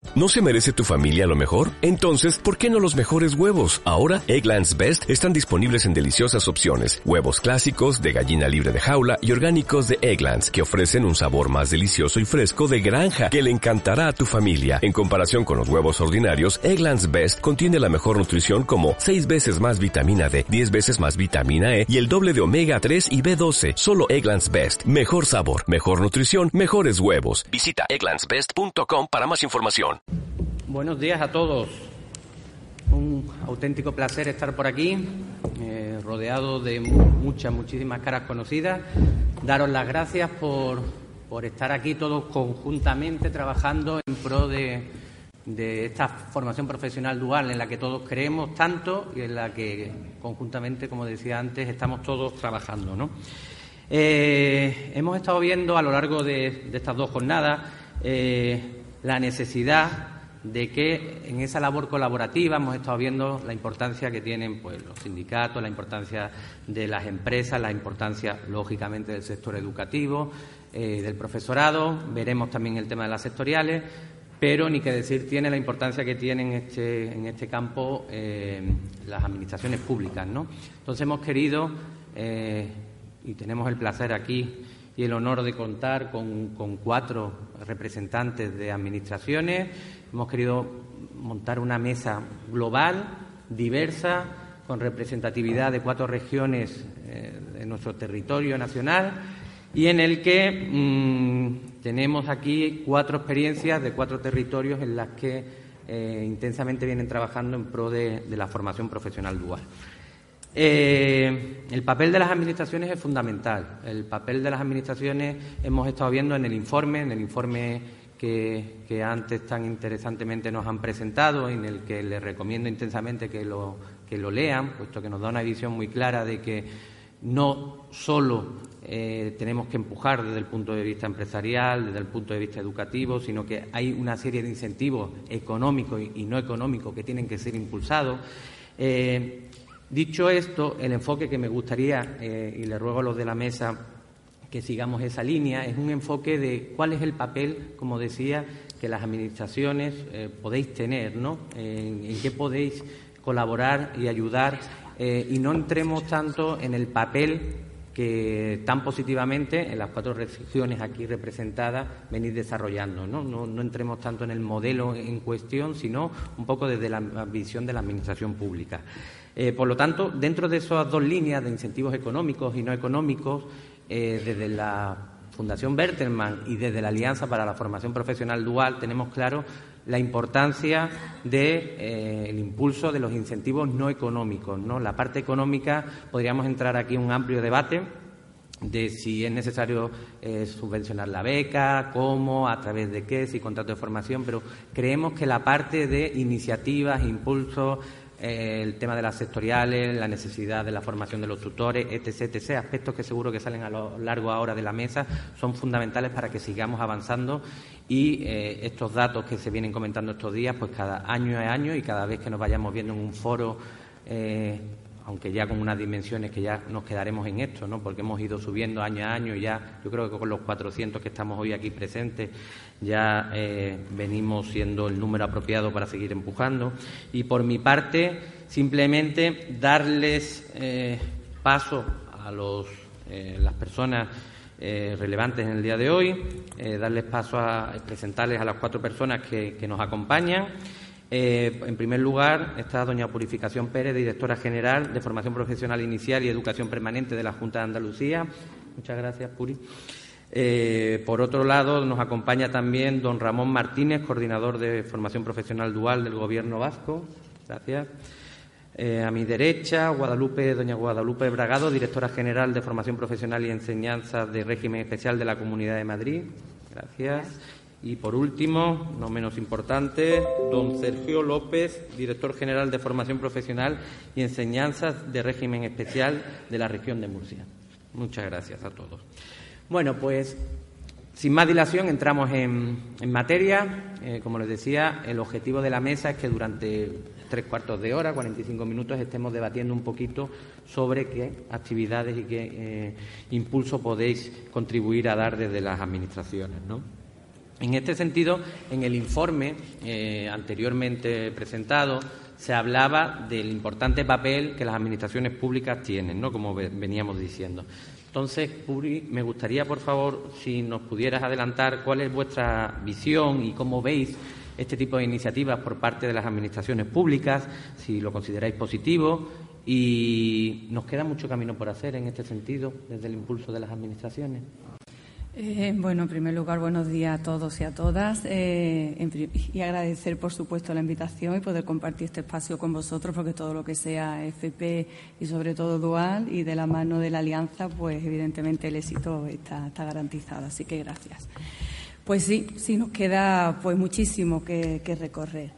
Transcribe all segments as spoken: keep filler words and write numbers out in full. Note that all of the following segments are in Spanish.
¿No se merece tu familia lo mejor? Entonces, ¿por qué no los mejores huevos? Ahora, Eggland's Best están disponibles en deliciosas opciones. Huevos clásicos, de gallina libre de jaula y orgánicos de Eggland's, que ofrecen un sabor más delicioso y fresco de granja, que le encantará a tu familia. En comparación con los huevos ordinarios, Eggland's Best contiene la mejor nutrición como seis veces más vitamina D, diez veces más vitamina E y el doble de omega tres y B doce. Solo Eggland's Best. Mejor sabor, mejor nutrición, mejores huevos. Visita egglands best punto com para más información. Buenos días a todos. Un auténtico placer estar por aquí, eh, rodeado de muchas, muchísimas caras conocidas. Daros las gracias por, por estar aquí todos conjuntamente trabajando en pro de, de esta formación profesional dual en la que todos creemos tanto y en la que conjuntamente, como decía antes, estamos todos trabajando, ¿no? Eh, hemos estado viendo a lo largo de, de estas dos jornadas eh, la necesidad de que en esa labor colaborativa hemos estado viendo la importancia que tienen pues los sindicatos, la importancia de las empresas, la importancia, lógicamente, del sector educativo, eh, del profesorado. Veremos también el tema de las sectoriales, pero ni que decir tiene la importancia que tienen en este, en este campo eh, las administraciones públicas, ¿no? Entonces hemos querido, eh, y tenemos el placer aquí y el honor de contar con, con cuatro representantes de administraciones. Hemos querido montar una mesa global, diversa, con representatividad de cuatro regiones eh, de nuestro territorio nacional y en el que mmm, tenemos aquí cuatro experiencias de cuatro territorios en las que eh, intensamente vienen trabajando en pro de, de la formación profesional dual. Eh, el papel de las administraciones es fundamental. El papel de las administraciones hemos estado viendo en el informe, en el informe que, que antes tan interesantemente nos han presentado, en el que les recomiendo intensamente que lo, que lo lean, puesto que nos da una visión muy clara de que no solo eh, tenemos que empujar desde el punto de vista empresarial, desde el punto de vista educativo, sino que hay una serie de incentivos económicos y, y no económicos que tienen que ser impulsados. Eh, Dicho esto, el enfoque que me gustaría, eh, y le ruego a los de la mesa que sigamos esa línea, es un enfoque de cuál es el papel, como decía, que las administraciones eh, podéis tener, ¿no? En, en qué podéis colaborar y ayudar, eh, y no entremos tanto en el papel que tan positivamente en las cuatro regiones aquí representadas venís desarrollando, ¿no? No, no entremos tanto en el modelo en cuestión, sino un poco desde la visión de la administración pública. Eh, por lo tanto, dentro de esas dos líneas de incentivos económicos y no económicos, eh, desde la Fundación Bertelsmann y desde la Alianza para la Formación Profesional Dual tenemos claro la importancia del de, eh, impulso de los incentivos no económicos, ¿no? La parte económica, podríamos entrar aquí en un amplio debate de si es necesario eh, subvencionar la beca, cómo, a través de qué, si contrato de formación, pero creemos que la parte de iniciativas, impulsos, eh, el tema de las sectoriales, la necesidad de la formación de los tutores, etcétera, etcétera, aspectos que seguro que salen a lo largo ahora de la mesa, son fundamentales para que sigamos avanzando y eh, estos datos que se vienen comentando estos días, pues cada año a año y cada vez que nos vayamos viendo en un foro, eh, aunque ya con unas dimensiones que ya nos quedaremos en esto, ¿no? Porque hemos ido subiendo año a año y ya, yo creo que con los cuatrocientos que estamos hoy aquí presentes ya eh, venimos siendo el número apropiado para seguir empujando. Y por mi parte, simplemente darles eh, paso a los, eh, las personas eh, relevantes en el día de hoy, eh, darles paso a presentarles a las cuatro personas que, que nos acompañan. Eh, en primer lugar está doña Purificación Pérez, directora general de Formación Profesional Inicial y Educación Permanente de la Junta de Andalucía. Muchas gracias, Puri. Eh, por otro lado, nos acompaña también don Ramón Martínez, coordinador de Formación Profesional Dual del Gobierno vasco. Gracias. Eh, a mi derecha, Guadalupe, doña Guadalupe Bragado, directora general de Formación Profesional y Enseñanza de Régimen Especial de la Comunidad de Madrid. Gracias. Y, por último, no menos importante, don Sergio López, director general de Formación Profesional y Enseñanzas de Régimen Especial de la región de Murcia. Muchas gracias a todos. Bueno, pues, sin más dilación, entramos en, en materia. Eh, como les decía, el objetivo de la mesa es que durante tres cuartos de hora, cuarenta y cinco minutos, estemos debatiendo un poquito sobre qué actividades y qué eh, impulso podéis contribuir a dar desde las administraciones, ¿no? En este sentido, en el informe eh, anteriormente presentado, se hablaba del importante papel que las administraciones públicas tienen, ¿no?, como veníamos diciendo. Entonces, Puri, me gustaría, por favor, si nos pudieras adelantar cuál es vuestra visión y cómo veis este tipo de iniciativas por parte de las administraciones públicas, si lo consideráis positivo, y nos queda mucho camino por hacer en este sentido desde el impulso de las administraciones. Eh, bueno, en primer lugar, buenos días a todos y a todas eh, en, y agradecer, por supuesto, la invitación y poder compartir este espacio con vosotros, porque todo lo que sea F P y sobre todo dual y de la mano de la Alianza, pues evidentemente el éxito está, está garantizado. Así que gracias. Pues sí, sí nos queda pues muchísimo que, que recorrer.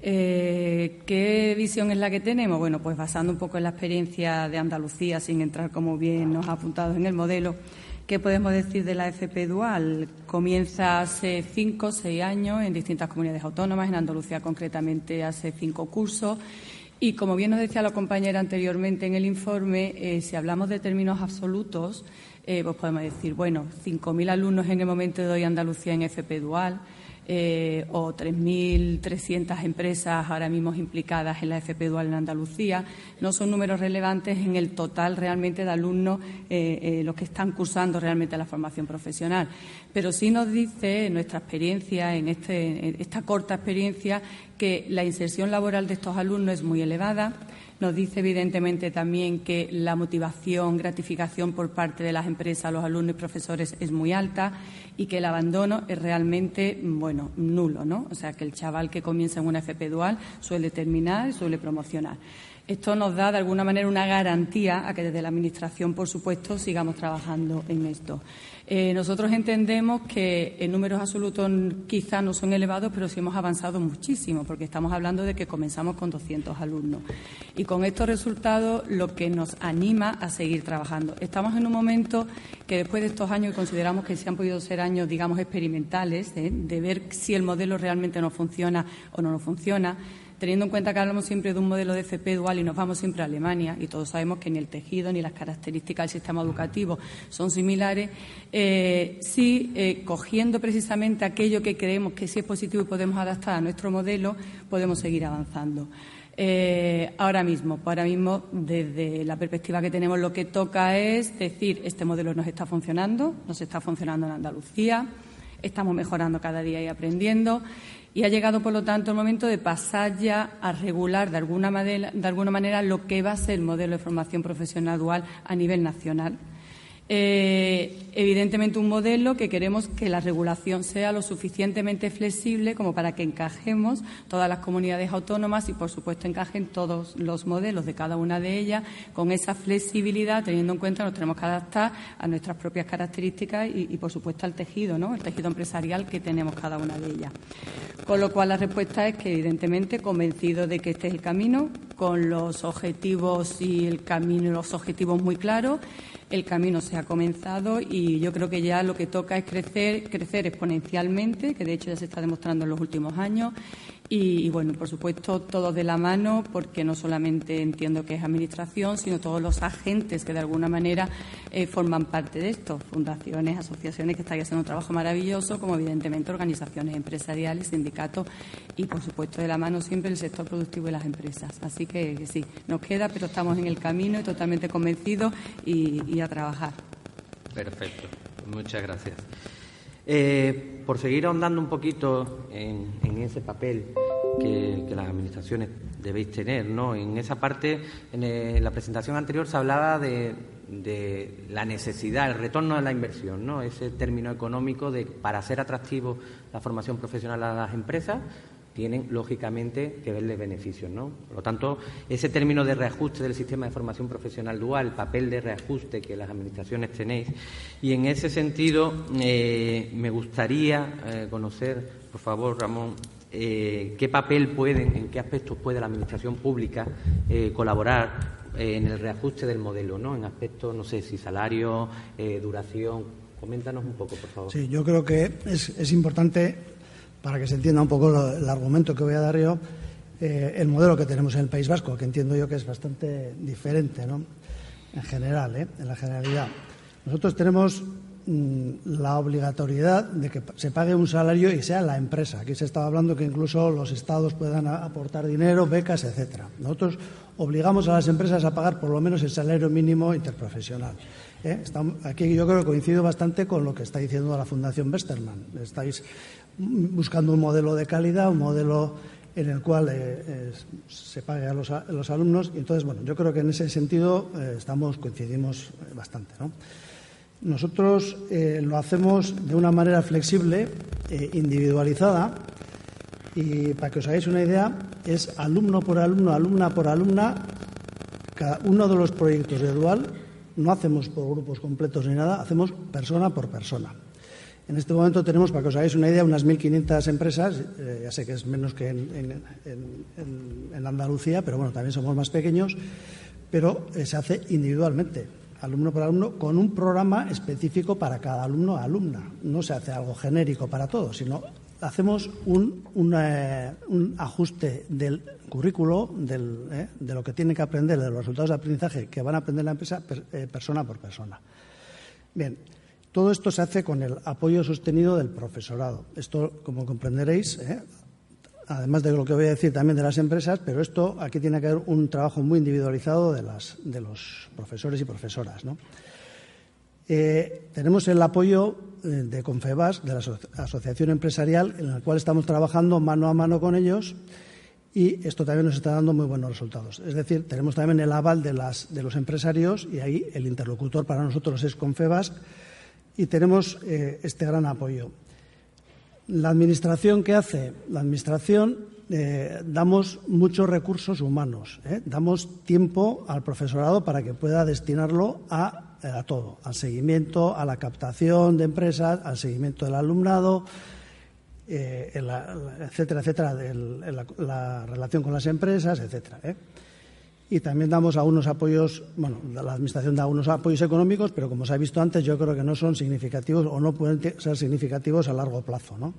Eh, ¿Qué visión es la que tenemos? Bueno, pues basando un poco en la experiencia de Andalucía, sin entrar, como bien nos ha apuntado, en el modelo. ¿Qué podemos decir de la F P dual? Comienza hace cinco o seis años en distintas comunidades autónomas, en Andalucía concretamente hace cinco cursos. Y como bien nos decía la compañera anteriormente en el informe, eh, si hablamos de términos absolutos, eh, pues podemos decir, bueno, cinco mil alumnos en el momento de hoy Andalucía en F P dual, Eh, o tres mil trescientas empresas ahora mismo implicadas en la F P dual en Andalucía, no son números relevantes en el total realmente de alumnos eh, eh, los que están cursando realmente la formación profesional. Pero sí nos dice en nuestra experiencia, en, este, en esta corta experiencia, que la inserción laboral de estos alumnos es muy elevada. Nos dice, evidentemente, también que la motivación, gratificación por parte de las empresas, los alumnos y profesores es muy alta y que el abandono es realmente, bueno, nulo, ¿no? O sea, que el chaval que comienza en una F P dual suele terminar y suele promocionar. Esto nos da, de alguna manera, una garantía a que desde la Administración, por supuesto, sigamos trabajando en esto. Eh, nosotros entendemos que en números absolutos quizá no son elevados, pero sí hemos avanzado muchísimo, porque estamos hablando de que comenzamos con doscientos alumnos. Y con estos resultados, lo que nos anima a seguir trabajando. Estamos en un momento que, después de estos años, y consideramos que sí han podido ser años, digamos, experimentales, ¿eh?, de ver si el modelo realmente no funciona o no nos funciona, teniendo en cuenta que hablamos siempre de un modelo de F P dual y nos vamos siempre a Alemania, y todos sabemos que ni el tejido ni las características del sistema educativo son similares, eh, sí, eh, cogiendo precisamente aquello que creemos que sí es positivo y podemos adaptar a nuestro modelo, podemos seguir avanzando. Eh, ahora mismo, pues ahora mismo, desde la perspectiva que tenemos, lo que toca es decir, este modelo nos está funcionando, nos está funcionando en Andalucía, estamos mejorando cada día y aprendiendo. Y ha llegado, por lo tanto, el momento de pasar ya a regular de alguna manera, de alguna manera lo que va a ser el modelo de formación profesional dual a nivel nacional. Eh, evidentemente, un modelo que queremos que la regulación sea lo suficientemente flexible como para que encajemos todas las comunidades autónomas y, por supuesto, encajen todos los modelos de cada una de ellas con esa flexibilidad, teniendo en cuenta que nos tenemos que adaptar a nuestras propias características y, y por supuesto, al tejido, ¿no?, el tejido empresarial que tenemos cada una de ellas. Con lo cual, la respuesta es que, evidentemente, convencido de que este es el camino, con los objetivos y el camino, los objetivos muy claros. El camino se ha comenzado y yo creo que ya lo que toca es crecer, crecer exponencialmente, que de hecho ya se está demostrando en los últimos años. Y, y bueno, por supuesto, todos de la mano, porque no solamente entiendo que es Administración, sino todos los agentes que de alguna manera eh, forman parte de esto, fundaciones, asociaciones que están haciendo un trabajo maravilloso, como evidentemente organizaciones empresariales, sindicatos y, por supuesto, de la mano siempre el sector productivo y las empresas. Así que, que sí, nos queda, pero estamos en el camino y totalmente convencidos y, y a trabajar. Perfecto, muchas gracias. Eh, por seguir ahondando un poquito en, en ese papel que, que las administraciones debéis tener, ¿no? En esa parte, en, el, en la presentación anterior se hablaba de, de la necesidad, el retorno a la inversión, ¿no? Ese término económico de para hacer atractivo la formación profesional a las empresas tienen, lógicamente, que verle beneficios, ¿no? Por lo tanto, ese término de reajuste del sistema de formación profesional dual, el papel de reajuste que las administraciones tenéis, y en ese sentido eh, me gustaría eh, conocer, por favor, Ramón, eh, qué papel pueden, en qué aspectos puede la administración pública eh, colaborar eh, en el reajuste del modelo, ¿no? En aspectos, no sé, si salario, eh, duración. Coméntanos un poco, por favor. Sí, yo creo que es, es importante, para que se entienda un poco lo, el argumento que voy a dar yo, eh, el modelo que tenemos en el País Vasco, que entiendo yo que es bastante diferente, ¿no?, en general, ¿eh?, en la generalidad. Nosotros tenemos la obligatoriedad de que se pague un salario y sea la empresa. Aquí se estaba hablando que incluso los estados puedan aportar dinero, becas, etcétera. Nosotros obligamos a las empresas a pagar por lo menos el salario mínimo interprofesional. ¿Eh? Estamos, aquí yo creo que coincido bastante con lo que está diciendo la Fundación Westermann. Estáis buscando un modelo de calidad, un modelo en el cual eh, eh, se pague a los, a los alumnos. Y entonces, bueno, yo creo que en ese sentido eh, estamos coincidimos bastante, ¿no? Nosotros eh, lo hacemos de una manera flexible, eh, individualizada, y para que os hagáis una idea, es alumno por alumno, alumna por alumna. Cada uno de los proyectos de Dual no hacemos por grupos completos ni nada, hacemos persona por persona. En este momento tenemos, para que os hagáis una idea, unas mil quinientas empresas, eh, ya sé que es menos que en, en, en, en Andalucía, pero bueno, también somos más pequeños, pero eh, se hace individualmente, alumno por alumno, con un programa específico para cada alumno o alumna. No se hace algo genérico para todos, sino hacemos un, un, eh, un ajuste del currículo, del, eh, de lo que tienen que aprender, de los resultados de aprendizaje que van a aprender la empresa, per, eh, persona por persona. Bien, todo esto se hace con el apoyo sostenido del profesorado. Esto, como comprenderéis, eh, además de lo que voy a decir también de las empresas, pero esto aquí tiene que haber un trabajo muy individualizado de, las, de los profesores y profesoras, ¿no? Eh, tenemos el apoyo eh, de Confebas, de la aso Asociación Empresarial, en el cual estamos trabajando mano a mano con ellos, y esto también nos está dando muy buenos resultados. Es decir, tenemos también el aval de, las, de los empresarios, y ahí el interlocutor para nosotros es Confebas, y tenemos eh, este gran apoyo. La administración, ¿qué hace? La administración eh, damos muchos recursos humanos, ¿eh? Damos tiempo al profesorado para que pueda destinarlo a, a todo, al seguimiento, a la captación de empresas, al seguimiento del alumnado, eh, en la, etcétera, etcétera, el, en la, la relación con las empresas, etcétera, ¿eh? Y también damos algunos apoyos, bueno, la Administración da unos apoyos económicos, pero como se ha visto antes, yo creo que no son significativos o no pueden ser significativos a largo plazo, ¿no?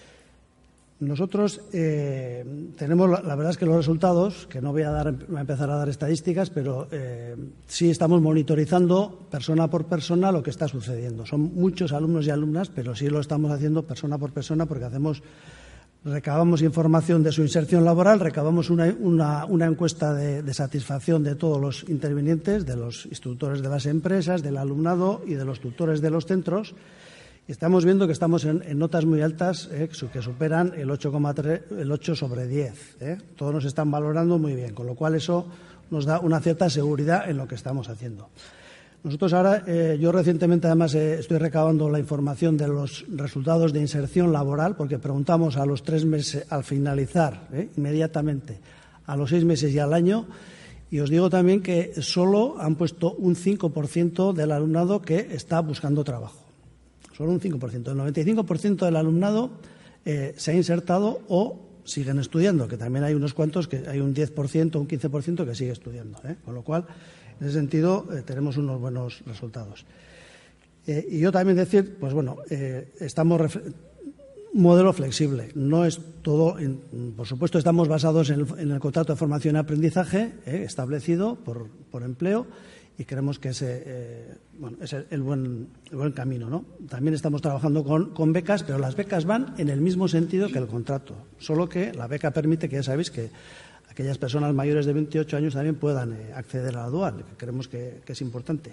Nosotros eh, tenemos, la verdad es que los resultados, que no voy a, dar, voy a empezar a dar estadísticas, pero eh, sí estamos monitorizando persona por persona lo que está sucediendo. Son muchos alumnos y alumnas, pero sí lo estamos haciendo persona por persona porque hacemos... Recabamos información de su inserción laboral, recabamos una, una, una encuesta de, de satisfacción de todos los intervinientes, de los instructores de las empresas, del alumnado y de los tutores de los centros. Y estamos viendo que estamos en, en notas muy altas, eh, que superan el ocho coma tres, el ocho sobre diez. Eh. Todos nos están valorando muy bien, con lo cual eso nos da una cierta seguridad en lo que estamos haciendo. Nosotros ahora, eh, yo recientemente además eh, estoy recabando la información de los resultados de inserción laboral, porque preguntamos a los tres meses, al finalizar, eh, inmediatamente, a los seis meses y al año, y os digo también que solo han puesto un cinco por ciento del alumnado que está buscando trabajo. Solo un cinco por ciento. El noventa y cinco por ciento del alumnado eh, se ha insertado o siguen estudiando, que también hay unos cuantos, que hay un diez por ciento, un quince por ciento que sigue estudiando, ¿eh? Con lo cual... En ese sentido, eh, tenemos unos buenos resultados. Eh, y yo también decir, pues bueno, eh, estamos un modelo flexible. No es todo, en, por supuesto, estamos basados en el, en el contrato de formación y aprendizaje eh, establecido por, por empleo y creemos que ese eh, bueno, es el, el, buen, el buen camino, ¿no? También estamos trabajando con, con becas, pero las becas van en el mismo sentido que el contrato, solo que la beca permite que ya sabéis que aquellas personas mayores de veintiocho años también puedan eh, acceder a la dual, que creemos que, que es importante.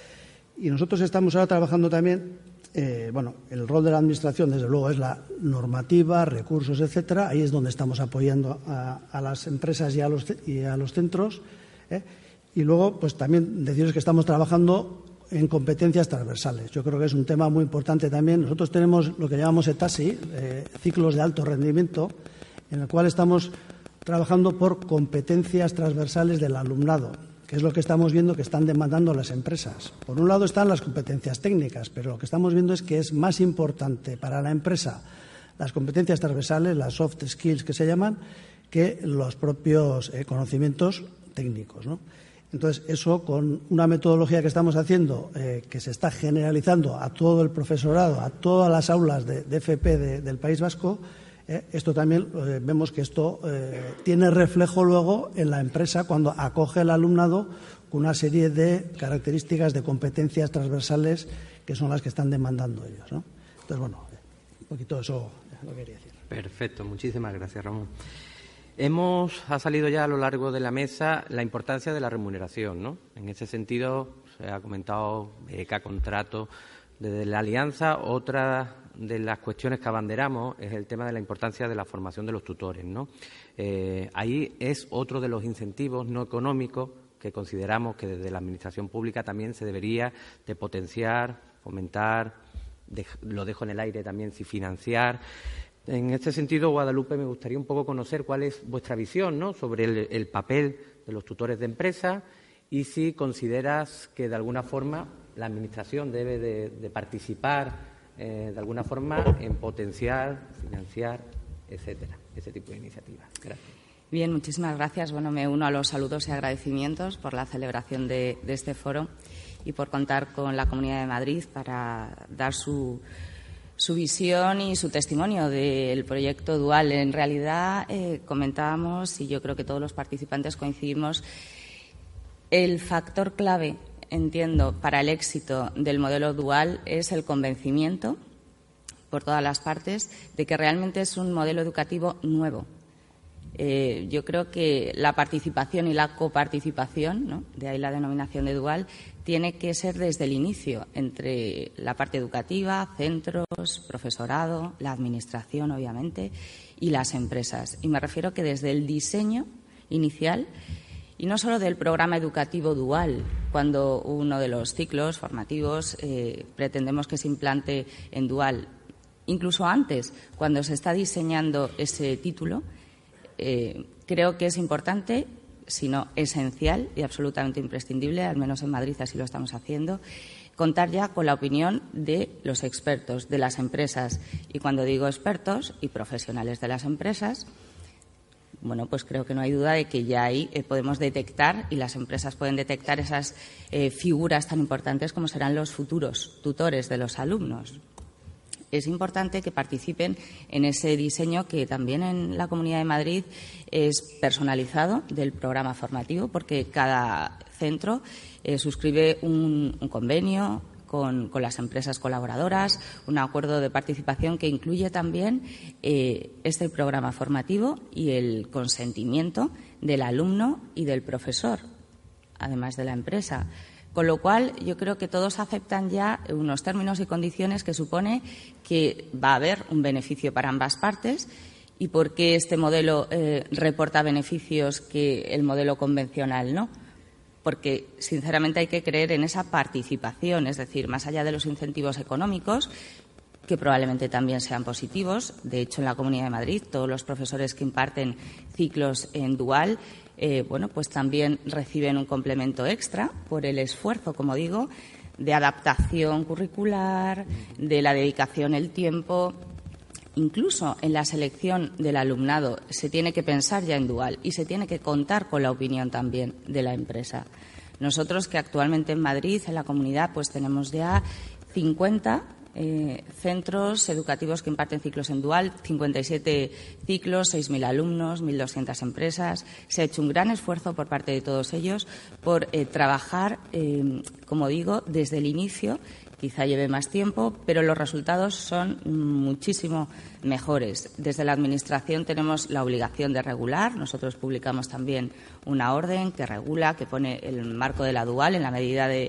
Y nosotros estamos ahora trabajando también, eh, bueno, el rol de la Administración, desde luego, es la normativa, recursos, etcétera. Ahí es donde estamos apoyando a, a las empresas y a los, y a los centros. ¿eh? Y luego, pues también deciros que estamos trabajando en competencias transversales. Yo creo que es un tema muy importante también. Nosotros tenemos lo que llamamos ETASI, eh, ciclos de alto rendimiento, en el cual estamos trabajando por competencias transversales del alumnado, que es lo que estamos viendo que están demandando las empresas. Por un lado están las competencias técnicas, pero lo que estamos viendo es que es más importante para la empresa las competencias transversales, las soft skills que se llaman, que los propios eh, conocimientos técnicos, ¿no? Entonces, eso con una metodología que estamos haciendo, eh, que se está generalizando a todo el profesorado, a todas las aulas de, de F P de, del País Vasco, Eh, esto también eh, vemos que esto eh, tiene reflejo luego en la empresa cuando acoge al alumnado con una serie de características, de competencias transversales que son las que están demandando ellos, ¿no? Entonces, bueno, un poquito eso lo quería decir. Perfecto, muchísimas gracias, Ramón. Hemos, ha salido ya a lo largo de la mesa la importancia de la remuneración, ¿no? En ese sentido, se ha comentado beca, contrato. Desde la Alianza, otra de las cuestiones que abanderamos es el tema de la importancia de la formación de los tutores, ¿no? Eh, ahí es otro de los incentivos no económicos que consideramos que desde la Administración Pública también se debería de potenciar, fomentar, de, lo dejo en el aire también, si financiar. En este sentido, Guadalupe, me gustaría un poco conocer cuál es vuestra visión, ¿no?, sobre el, el papel de los tutores de empresa y si consideras que de alguna forma la Administración debe de, de participar eh, de alguna forma en potenciar, financiar, etcétera, ese tipo de iniciativas. Gracias. Bien, muchísimas gracias. Bueno, me uno a los saludos y agradecimientos por la celebración de, de este foro y por contar con la Comunidad de Madrid para dar su, su visión y su testimonio del proyecto dual. En realidad, eh, comentábamos, y yo creo que todos los participantes coincidimos, el factor clave, entiendo, para el éxito del modelo dual es el convencimiento por todas las partes de que realmente es un modelo educativo nuevo. Eh, yo creo que la participación y la coparticipación, ¿no?, de ahí la denominación de dual, tiene que ser desde el inicio entre la parte educativa, centros, profesorado, la administración, obviamente, y las empresas. Y me refiero que desde el diseño inicial, y no solo del programa educativo dual, cuando uno de los ciclos formativos eh, pretendemos que se implante en dual, incluso antes, cuando se está diseñando ese título, eh, creo que es importante, si no esencial y absolutamente imprescindible, al menos en Madrid así lo estamos haciendo, contar ya con la opinión de los expertos, de las empresas. Y cuando digo expertos y profesionales de las empresas, bueno, pues creo que no hay duda de que ya ahí eh, podemos detectar, y las empresas pueden detectar, esas eh, figuras tan importantes como serán los futuros tutores de los alumnos. Es importante que participen en ese diseño que también en la Comunidad de Madrid es personalizado del programa formativo, porque cada centro eh, suscribe un, un convenio Con, con las empresas colaboradoras, un acuerdo de participación que incluye también eh, este programa formativo y el consentimiento del alumno y del profesor, además de la empresa. Con lo cual, yo creo que todos aceptan ya unos términos y condiciones que supone que va a haber un beneficio para ambas partes. ¿Y por qué este modelo eh, reporta beneficios que el modelo convencional no? Porque, sinceramente, hay que creer en esa participación, es decir, más allá de los incentivos económicos, que probablemente también sean positivos. De hecho, en la Comunidad de Madrid, todos los profesores que imparten ciclos en dual, eh, bueno, pues también reciben un complemento extra por el esfuerzo, como digo, de adaptación curricular, de la dedicación, el tiempo. Incluso en la selección del alumnado se tiene que pensar ya en dual y se tiene que contar con la opinión también de la empresa. Nosotros, que actualmente en Madrid, en la comunidad, pues tenemos ya cincuenta eh, centros educativos que imparten ciclos en dual, cincuenta y siete ciclos, seis mil alumnos, mil doscientas empresas. Se ha hecho un gran esfuerzo por parte de todos ellos por eh, trabajar, eh, como digo, desde el inicio. Quizá lleve más tiempo, pero los resultados son muchísimo mejores. Desde la Administración tenemos la obligación de regular. Nosotros publicamos también una orden que regula, que pone el marco de la dual en la medida de,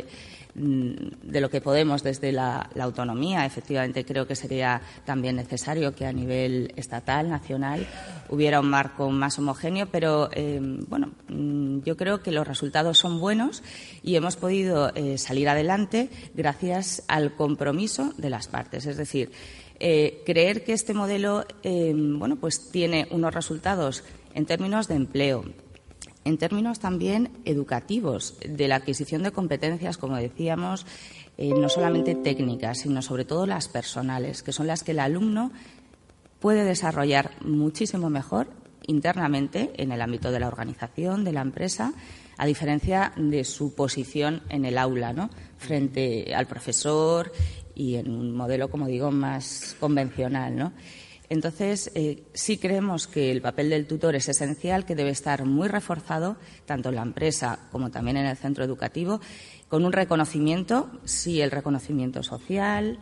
de lo que podemos desde la, la autonomía. Efectivamente, creo que sería también necesario que a nivel estatal, nacional, hubiera un marco más homogéneo, pero eh, bueno, yo creo que los resultados son buenos y hemos podido eh, salir adelante gracias al compromiso de las partes. Es decir, eh, creer que este modelo eh, bueno, pues tiene unos resultados en términos de empleo, en términos también educativos, de la adquisición de competencias, como decíamos, eh, no solamente técnicas, sino sobre todo las personales, que son las que el alumno puede desarrollar muchísimo mejor internamente en el ámbito de la organización, de la empresa, a diferencia de su posición en el aula, ¿no?, frente al profesor y en un modelo, como digo, más convencional, ¿no? Entonces, eh, sí creemos que el papel del tutor es esencial, que debe estar muy reforzado, tanto en la empresa como también en el centro educativo, con un reconocimiento, sí, el reconocimiento social.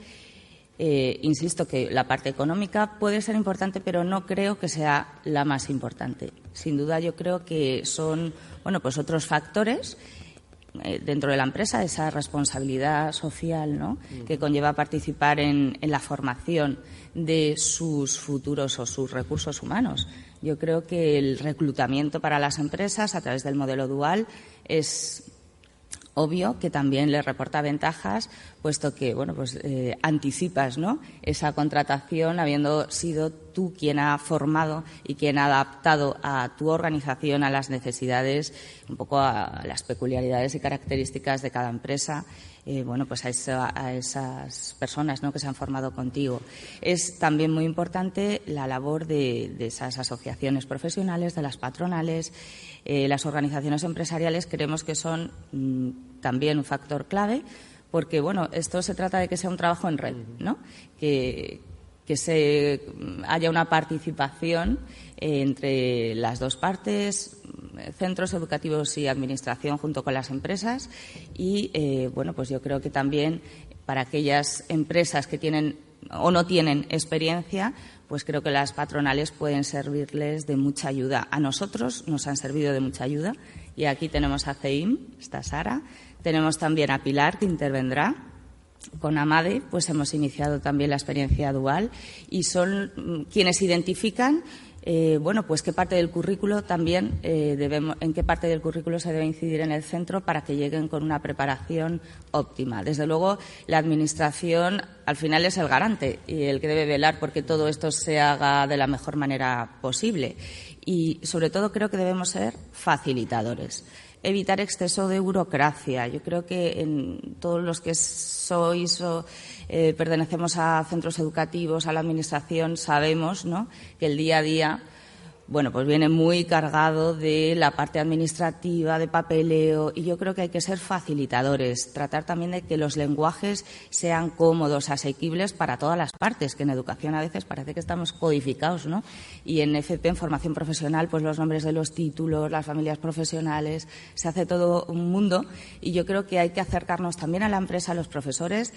Eh, insisto que la parte económica puede ser importante, pero no creo que sea la más importante. Sin duda, yo creo que son, bueno, pues otros factores eh, dentro de la empresa, esa responsabilidad social, ¿no?, que conlleva participar en, en la formación de sus futuros o sus recursos humanos. Yo creo que el reclutamiento para las empresas a través del modelo dual es obvio que también le reporta ventajas, puesto que, bueno, pues eh, anticipas, ¿no?, esa contratación habiendo sido tú quien ha formado y quien ha adaptado a tu organización a las necesidades, un poco a las peculiaridades y características de cada empresa. Eh, bueno, pues a, esa, a esas personas, ¿no?, que se han formado contigo. Es también muy importante la labor de, de esas asociaciones profesionales, de las patronales. Eh, las organizaciones empresariales creemos que son mmm, también un factor clave, porque, bueno, esto se trata de que sea un trabajo en red, ¿no?, que, que se haya una participación eh, entre las dos partes, centros educativos y administración, junto con las empresas. Y, eh, bueno, pues yo creo que también para aquellas empresas que tienen o no tienen experiencia, pues creo que las patronales pueden servirles de mucha ayuda. A nosotros nos han servido de mucha ayuda, y aquí tenemos a C E I M, está Sara, tenemos también a Pilar, que intervendrá. Con AMADE pues hemos iniciado también la experiencia dual, y son quienes identifican Eh, bueno, pues qué parte del currículo también eh, debemos, en qué parte del currículo se debe incidir en el centro para que lleguen con una preparación óptima. Desde luego, la Administración al final es el garante y el que debe velar porque todo esto se haga de la mejor manera posible. Y, sobre todo, creo que debemos ser facilitadores. Evitar exceso de burocracia. Yo creo que en todos los que sois o eh, pertenecemos a centros educativos, a la Administración, sabemos, ¿no?, que el día a día, bueno, pues viene muy cargado de la parte administrativa, de papeleo, y yo creo que hay que ser facilitadores, tratar también de que los lenguajes sean cómodos, asequibles para todas las partes, que en educación a veces parece que estamos codificados, ¿no? Y en F P, en formación profesional, pues los nombres de los títulos, las familias profesionales, se hace todo un mundo, y yo creo que hay que acercarnos también a la empresa, a los profesores.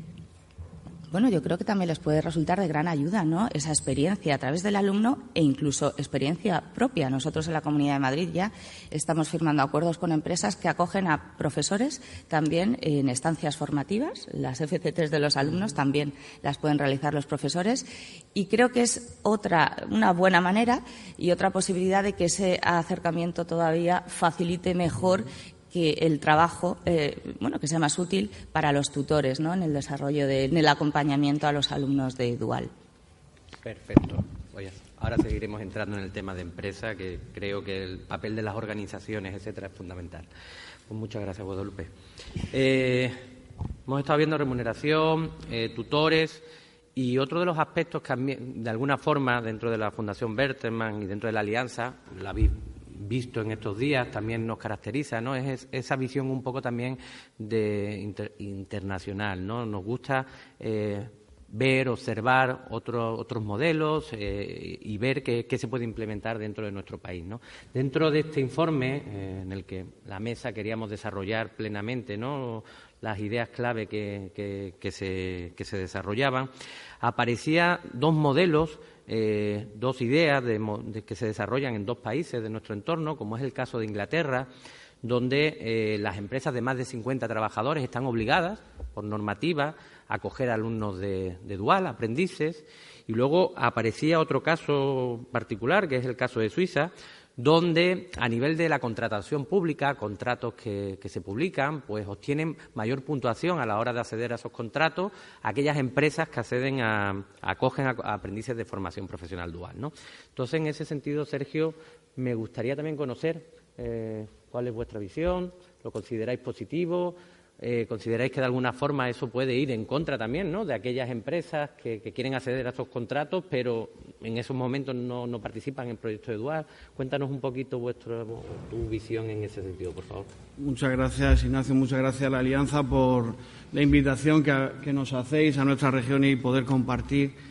Bueno, yo creo que también les puede resultar de gran ayuda, ¿no?, esa experiencia a través del alumno e incluso experiencia propia. Nosotros en la Comunidad de Madrid ya estamos firmando acuerdos con empresas que acogen a profesores también en estancias formativas. Las F C Ts de los alumnos también las pueden realizar los profesores, y creo que es otra, una buena manera y otra posibilidad de que ese acercamiento todavía facilite mejor que el trabajo, eh, bueno, que sea más útil para los tutores, ¿no?, en el desarrollo, de, en el acompañamiento a los alumnos de Dual. Perfecto. Oye, ahora seguiremos entrando en el tema de empresa, que creo que el papel de las organizaciones, etcétera, es fundamental. Pues muchas gracias, Guadalupe. Eh, hemos estado viendo remuneración, eh, tutores, y otro de los aspectos que, de alguna forma, dentro de la Fundación Bertelsmann y dentro de la Alianza, la habéis visto en estos días, también nos caracteriza, ¿no?, es esa visión un poco también de inter, internacional, ¿no? Nos gusta eh, ver, observar otro, otros modelos eh, y ver qué, qué se puede implementar dentro de nuestro país, ¿no? Dentro de este informe, eh, en el que la mesa queríamos desarrollar plenamente, ¿no?, las ideas clave que, que, que, se, que se desarrollaban, aparecían dos modelos, eh, dos ideas de, de que se desarrollan en dos países de nuestro entorno, como es el caso de Inglaterra, donde eh, las empresas de más de cincuenta trabajadores están obligadas, por normativa, a acoger alumnos de, de dual, aprendices, y luego aparecía otro caso particular, que es el caso de Suiza, donde a nivel de la contratación pública, contratos que, que se publican, pues obtienen mayor puntuación a la hora de acceder a esos contratos aquellas empresas que acceden a, acogen a, a aprendices de formación profesional dual, ¿no? Entonces, en ese sentido, Sergio, me gustaría también conocer eh, cuál es vuestra visión, ¿lo consideráis positivo? Eh, ¿Consideráis que de alguna forma eso puede ir en contra también, ¿no?, de aquellas empresas que, que quieren acceder a estos contratos, pero en esos momentos no, no participan en proyectos de dual? Cuéntanos un poquito vuestra tu visión en ese sentido, por favor. Muchas gracias, Ignacio. Muchas gracias a la Alianza por la invitación que, a, que nos hacéis a nuestra región y poder compartir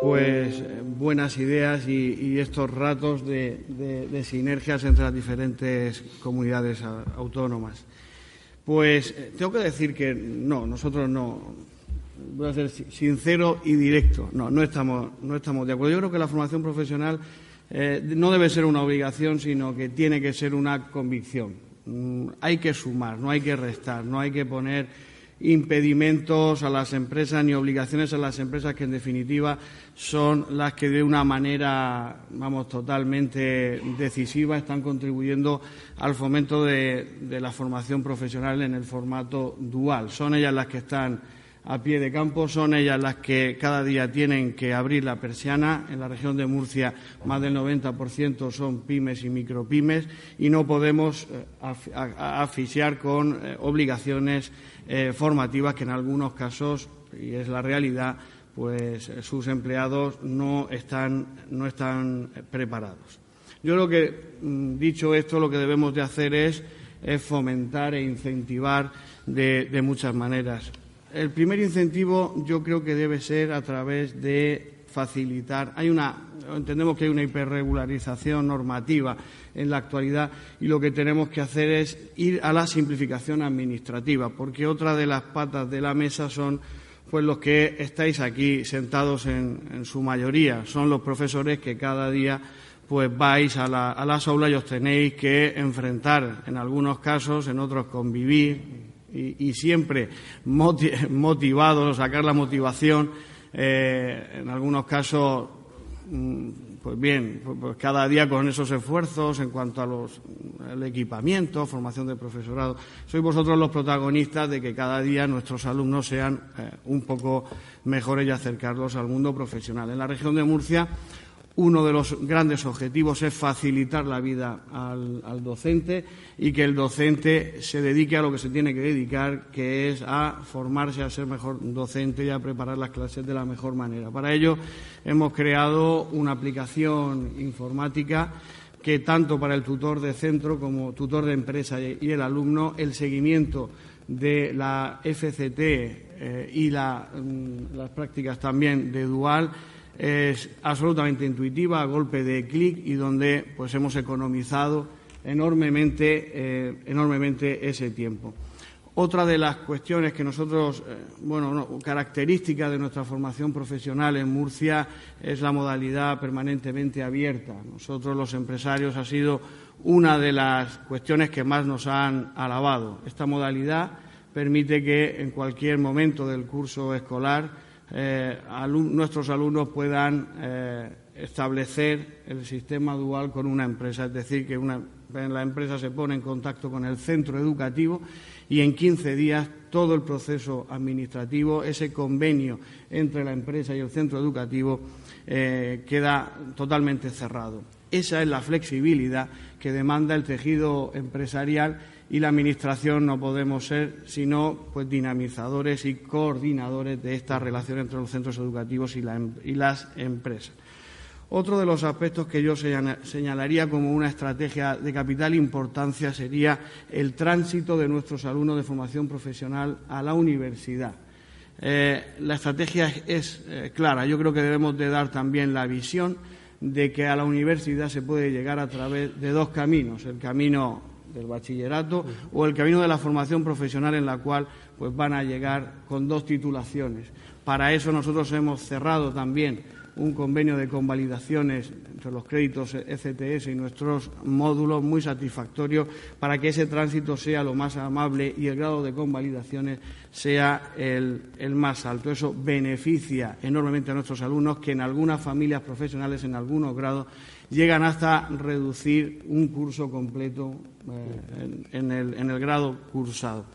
pues buenas ideas y, y estos ratos de, de, de sinergias entre las diferentes comunidades autónomas. Pues tengo que decir que no, nosotros no, voy a ser sincero y directo, no, no estamos, no estamos de acuerdo. Yo creo que la formación profesional eh, no debe ser una obligación, sino que tiene que ser una convicción. Mm, hay que sumar, no hay que restar, no hay que poner impedimentos a las empresas ni obligaciones a las empresas que en definitiva son las que de una manera, vamos, totalmente decisiva están contribuyendo al fomento de, de la formación profesional en el formato dual. Son ellas las que están a pie de campo, son ellas las que cada día tienen que abrir la persiana. En la región de Murcia más del noventa por ciento son pymes y micropymes y no podemos eh, af asfixiar con eh, obligaciones eh, formativas que en algunos casos, y es la realidad, pues eh, sus empleados no están, no están preparados. Yo creo que, mm, dicho esto, lo que debemos de hacer es, es fomentar e incentivar de, de muchas maneras. El primer incentivo yo creo que debe ser a través de facilitar. Hay una, entendemos que hay una hiperregularización normativa en la actualidad y lo que tenemos que hacer es ir a la simplificación administrativa, porque otra de las patas de la mesa son pues los que estáis aquí sentados en, en su mayoría, son los profesores que cada día pues vais a, la, a las aulas y os tenéis que enfrentar, en algunos casos, en otros convivir. Y, y siempre motivados, sacar la motivación, eh, en algunos casos, pues bien, pues cada día con esos esfuerzos en cuanto a los el equipamiento, formación de profesorado. Sois vosotros los protagonistas de que cada día nuestros alumnos sean eh, un poco mejores y acercarlos al mundo profesional. En la región de Murcia, uno de los grandes objetivos es facilitar la vida al, al docente y que el docente se dedique a lo que se tiene que dedicar, que es a formarse, a ser mejor docente y a preparar las clases de la mejor manera. Para ello hemos creado una aplicación informática que tanto para el tutor de centro como tutor de empresa y el alumno, el seguimiento de la F C T eh, y la, las prácticas también de Dual es absolutamente intuitiva, a golpe de clic, y donde pues hemos economizado enormemente, eh, enormemente ese tiempo. Otra de las cuestiones que nosotros, eh, bueno, no, característica de nuestra formación profesional en Murcia es la modalidad permanentemente abierta. Nosotros, los empresarios, ha sido una de las cuestiones que más nos han alabado. Esta modalidad permite que en cualquier momento del curso escolar Eh, alum nuestros alumnos puedan eh, establecer el sistema dual con una empresa, es decir, que una, la empresa se pone en contacto con el centro educativo y en quince días todo el proceso administrativo, ese convenio entre la empresa y el centro educativo eh, queda totalmente cerrado. Esa es la flexibilidad que demanda el tejido empresarial y la Administración. No podemos ser sino pues dinamizadores y coordinadores de esta relación entre los centros educativos y, la, y las empresas. Otro de los aspectos que yo señalaría como una estrategia de capital importancia sería el tránsito de nuestros alumnos de formación profesional a la universidad. Eh, la estrategia es, es eh, clara. Yo creo que debemos de dar también la visión de que a la universidad se puede llegar a través de dos caminos: el camino del bachillerato o el camino de la formación profesional, en la cual pues van a llegar con dos titulaciones. Para eso nosotros hemos cerrado también un convenio de convalidaciones entre los créditos E C T S y nuestros módulos muy satisfactorio para que ese tránsito sea lo más amable y el grado de convalidaciones sea el, el más alto. Eso beneficia enormemente a nuestros alumnos, que en algunas familias profesionales, en algunos grados, llegan hasta reducir un curso completo eh, en, en, el, en el grado cursado.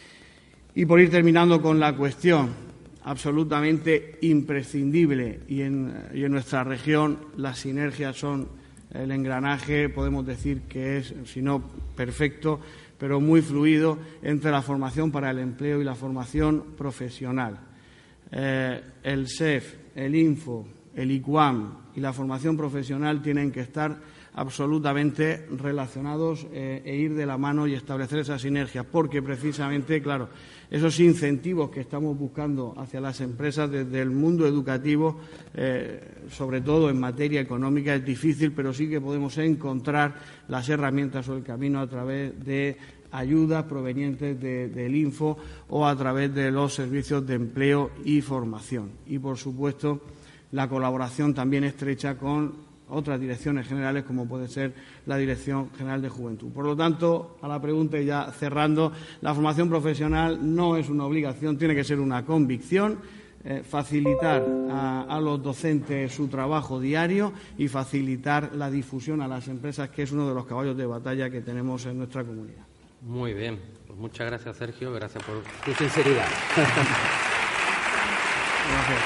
Y por ir terminando con la cuestión, absolutamente imprescindible, y en, y en nuestra región las sinergias son el engranaje, podemos decir que es, si no perfecto, pero muy fluido, entre la formación para el empleo y la formación profesional. Eh, el S E F, el Info, el I C U A M y la formación profesional tienen que estar absolutamente relacionados eh, e ir de la mano y establecer esas sinergias, porque precisamente, claro, esos incentivos que estamos buscando hacia las empresas desde el mundo educativo, eh, sobre todo en materia económica, es difícil, pero sí que podemos encontrar las herramientas o el camino a través de ayudas provenientes de, del Info o a través de los servicios de empleo y formación. Y, por supuesto, la colaboración también estrecha con otras direcciones generales, como puede ser la Dirección General de Juventud. Por lo tanto, a la pregunta y ya cerrando, la formación profesional no es una obligación, tiene que ser una convicción, eh, facilitar a, a los docentes su trabajo diario y facilitar la difusión a las empresas, que es uno de los caballos de batalla que tenemos en nuestra comunidad. Muy bien, pues muchas gracias, Sergio, gracias por tu sinceridad. Gracias.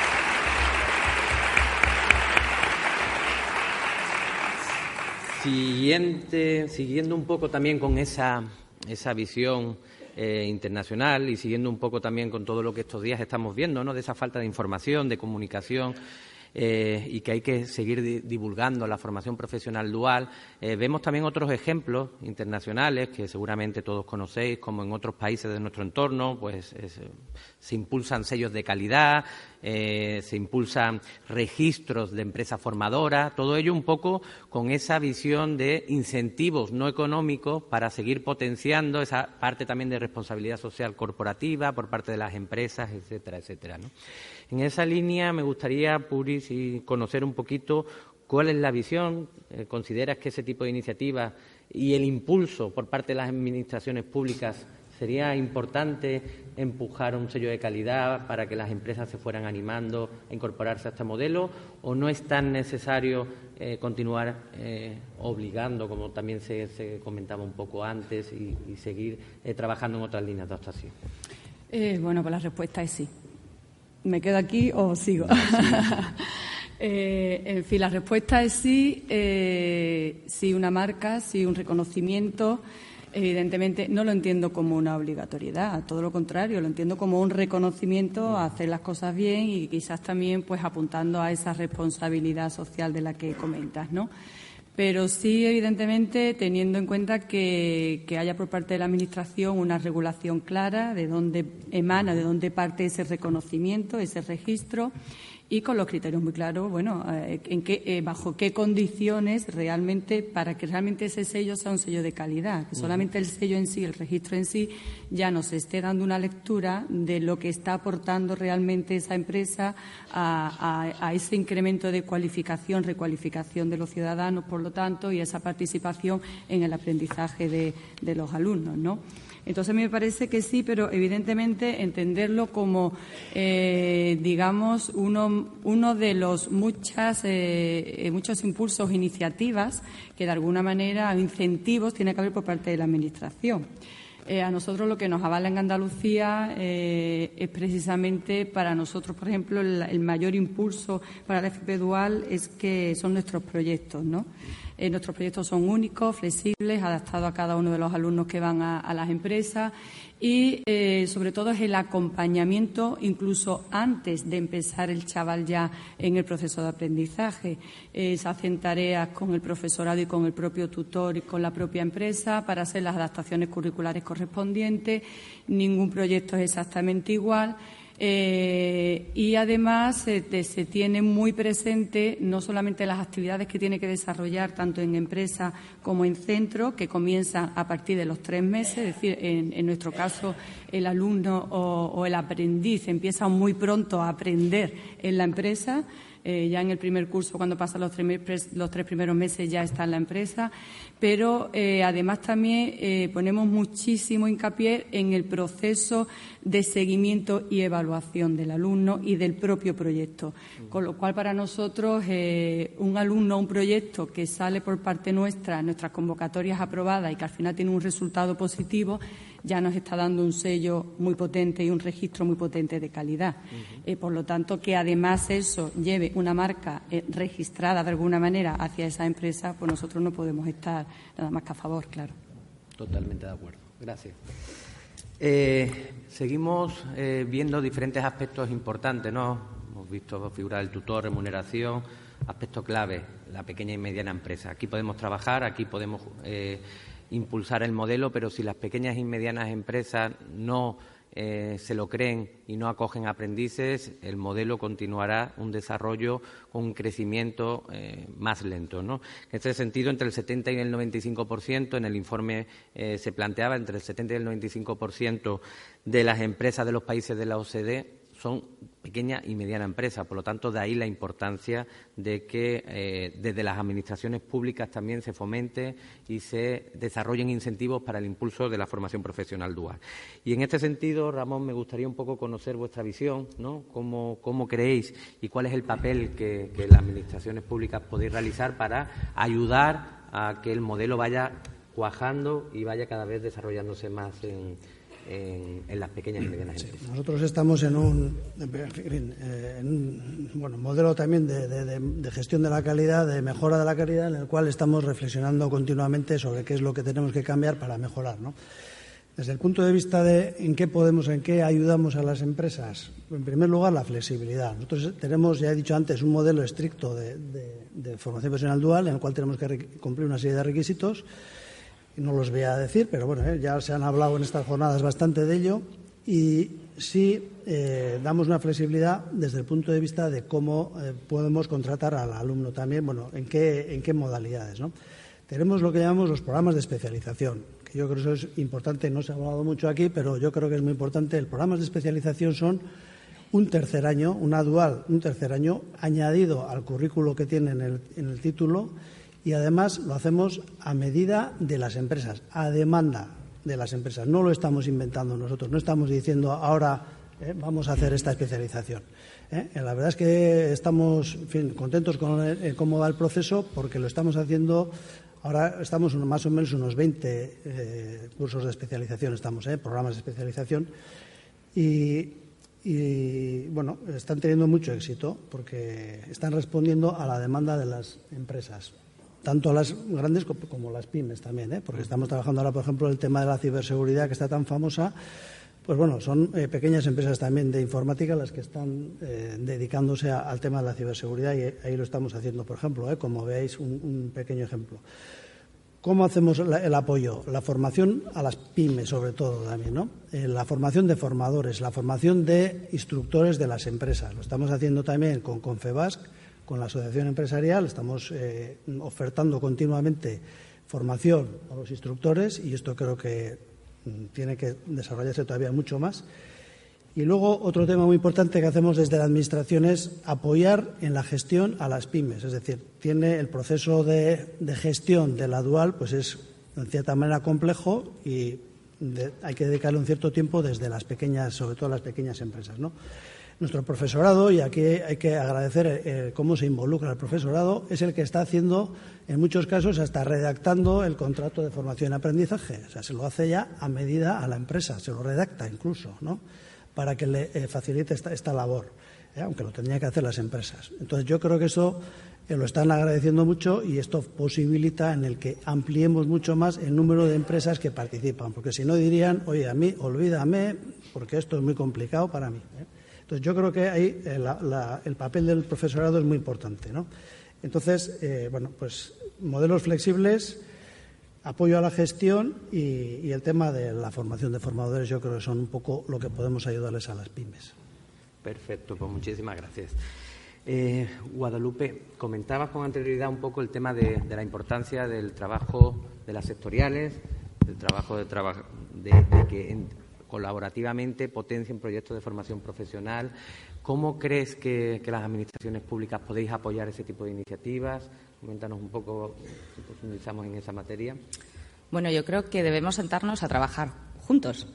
Siguiente, siguiendo un poco también con esa, esa visión eh, internacional y siguiendo un poco también con todo lo que estos días estamos viendo, ¿no?, de esa falta de información, de comunicación, eh, y que hay que seguir di divulgando la formación profesional dual. Eh, vemos también otros ejemplos internacionales que seguramente todos conocéis, como en otros países de nuestro entorno, pues es, se impulsan sellos de calidad, eh, se impulsan registros de empresas formadoras, todo ello un poco con esa visión de incentivos no económicos para seguir potenciando esa parte también de responsabilidad social corporativa por parte de las empresas, etcétera, etcétera, ¿no? En esa línea me gustaría, Puri, si conocer un poquito cuál es la visión. Eh, ¿Consideras que ese tipo de iniciativas y el impulso por parte de las administraciones públicas sería importante empujar un sello de calidad para que las empresas se fueran animando a incorporarse a este modelo, o no es tan necesario eh, continuar eh, obligando, como también se, se comentaba un poco antes, y, y seguir eh, trabajando en otras líneas de actuación? Eh, bueno, pues la respuesta es sí. ¿Me quedo aquí o sigo? eh, en fin, la respuesta es sí. Eh, sí, una marca, sí, un reconocimiento. Evidentemente no lo entiendo como una obligatoriedad, todo lo contrario, lo entiendo como un reconocimiento a hacer las cosas bien y quizás también pues apuntando a esa responsabilidad social de la que comentas, ¿no? Pero sí, evidentemente, teniendo en cuenta que, que haya por parte de la Administración una regulación clara de dónde emana, de dónde parte ese reconocimiento, ese registro, y con los criterios muy claros, bueno, eh, en qué, eh, bajo qué condiciones realmente, para que realmente ese sello sea un sello de calidad, que solamente el sello en sí, el registro en sí, ya nos esté dando una lectura de lo que está aportando realmente esa empresa a, a, a ese incremento de cualificación, recualificación de los ciudadanos, por lo tanto, y esa participación en el aprendizaje de, de los alumnos, ¿no? Entonces, a mí me parece que sí, pero evidentemente entenderlo como, eh, digamos, uno, uno de los muchas, eh, muchos impulsos, iniciativas que de alguna manera, incentivos, tiene que haber por parte de la Administración. Eh, a nosotros lo que nos avala en Andalucía eh, es precisamente para nosotros, por ejemplo, el, el mayor impulso para la F P dual es que son nuestros proyectos, ¿no? Eh, nuestros proyectos son únicos, flexibles, adaptados a cada uno de los alumnos que van a, a las empresas y, eh, sobre todo, es el acompañamiento incluso antes de empezar el chaval ya en el proceso de aprendizaje. Eh, se hacen tareas con el profesorado y con el propio tutor y con la propia empresa para hacer las adaptaciones curriculares correspondientes. Ningún proyecto es exactamente igual. Eh, y además eh, te, se tiene muy presente no solamente las actividades que tiene que desarrollar tanto en empresa como en centro, que comienzan a partir de los tres meses, es decir, en, en nuestro caso el alumno o, o el aprendiz empieza muy pronto a aprender en la empresa. Eh, ya en el primer curso, cuando pasa los tres, los tres primeros meses, ya está en la empresa. Pero, eh, además, también eh, ponemos muchísimo hincapié en el proceso de seguimiento y evaluación del alumno y del propio proyecto. Con lo cual, para nosotros, eh, un alumno o un proyecto que sale por parte nuestra, nuestras convocatorias aprobadas y que al final tiene un resultado positivo, ya nos está dando un sello muy potente y un registro muy potente de calidad. Uh-huh. Eh, por lo tanto, que además eso lleve una marca eh, registrada de alguna manera hacia esa empresa, pues nosotros no podemos estar nada más que a favor, claro. Totalmente de acuerdo. Gracias. Eh, seguimos eh, viendo diferentes aspectos importantes, ¿no? Hemos visto figura del tutor, remuneración, aspecto clave, la pequeña y mediana empresa. Aquí podemos trabajar, aquí podemos eh, impulsar el modelo, pero si las pequeñas y medianas empresas no eh, se lo creen y no acogen aprendices, el modelo continuará un desarrollo con un crecimiento eh, más lento, ¿no? En este sentido, entre el setenta y el noventa y cinco por ciento, en el informe eh, se planteaba entre el setenta y el noventa y cinco por ciento de las empresas de los países de la O C D E son pequeña y mediana empresa. Por lo tanto, de ahí la importancia de que eh, desde las administraciones públicas también se fomente y se desarrollen incentivos para el impulso de la formación profesional dual. Y en este sentido, Ramón, me gustaría un poco conocer vuestra visión, ¿no? ¿Cómo, cómo creéis y cuál es el papel que, que las administraciones públicas podéis realizar para ayudar a que el modelo vaya cuajando y vaya cada vez desarrollándose más en En, en las pequeñas y medianas empresas? Sí, nosotros estamos en un, en un bueno, modelo también de, de, de gestión de la calidad, de mejora de la calidad, en el cual estamos reflexionando continuamente sobre qué es lo que tenemos que cambiar para mejorar, ¿no? Desde el punto de vista de en qué podemos, en qué ayudamos a las empresas, en primer lugar, la flexibilidad. Nosotros tenemos, ya he dicho antes, un modelo estricto de, de, de formación profesional dual, en el cual tenemos que cumplir una serie de requisitos. No los voy a decir, pero bueno, eh, ya se han hablado en estas jornadas bastante de ello, y sí eh, damos una flexibilidad desde el punto de vista de cómo eh, podemos contratar al alumno también, bueno, en qué, en qué modalidades, ¿no? Tenemos lo que llamamos los programas de especialización, que yo creo que eso es importante, no se ha hablado mucho aquí, pero yo creo que es muy importante. Los programas de especialización son un tercer año, una dual, un tercer año añadido al currículo que tiene en el, en el título. Y además lo hacemos a medida de las empresas, a demanda de las empresas. No lo estamos inventando nosotros, no estamos diciendo ahora eh, vamos a hacer esta especialización. ¿eh? La verdad es que estamos, en fin, contentos con el, cómo va el proceso, porque lo estamos haciendo. Ahora estamos más o menos unos veinte eh, cursos de especialización, estamos, eh, programas de especialización. Y, y, bueno, están teniendo mucho éxito porque están respondiendo a la demanda de las empresas, tanto a las grandes como las pymes también, ¿eh? Porque estamos trabajando ahora, por ejemplo, el tema de la ciberseguridad, que está tan famosa. Pues bueno, son eh, pequeñas empresas también de informática las que están eh, dedicándose a, al tema de la ciberseguridad, y ahí lo estamos haciendo, por ejemplo, ¿eh? Como veis, un, un pequeño ejemplo. ¿Cómo hacemos la, el apoyo? La formación a las pymes, sobre todo, también, ¿no? Eh, la formación de formadores, la formación de instructores de las empresas. Lo estamos haciendo también con Confebask, con la Asociación Empresarial. Estamos eh, ofertando continuamente formación a los instructores, y esto creo que mm, tiene que desarrollarse todavía mucho más. Y luego, otro tema muy importante que hacemos desde la Administración es apoyar en la gestión a las pymes. Es decir, tiene el proceso de, de gestión de la dual, pues es en cierta manera complejo, y de, hay que dedicarle un cierto tiempo desde las pequeñas, sobre todo las pequeñas empresas, ¿no? Nuestro profesorado, y aquí hay que agradecer eh, cómo se involucra el profesorado, es el que está haciendo, en muchos casos, hasta redactando el contrato de formación y aprendizaje. O sea, se lo hace ya a medida a la empresa, se lo redacta incluso, ¿no?, para que le eh, facilite esta, esta labor, ¿eh? Aunque lo tendrían que hacer las empresas. Entonces, yo creo que eso eh, lo están agradeciendo mucho, y esto posibilita en el que ampliemos mucho más el número de empresas que participan, porque si no dirían, oye, a mí, olvídame, porque esto es muy complicado para mí, ¿eh? Entonces, yo creo que ahí eh, la, la, el papel del profesorado es muy importante, ¿no? Entonces, eh, bueno, pues modelos flexibles, apoyo a la gestión y, y el tema de la formación de formadores, yo creo que son un poco lo que podemos ayudarles a las pymes. Perfecto, pues muchísimas gracias. Eh, Guadalupe, comentabas con anterioridad un poco el tema de, de la importancia del trabajo de las sectoriales, del trabajo de, traba, de, de que en, colaborativamente potencien proyectos de formación profesional. ¿Cómo crees que, que las administraciones públicas podéis apoyar ese tipo de iniciativas? Coméntanos un poco, si profundizamos en esa materia. Bueno, yo creo que debemos sentarnos a trabajar juntos,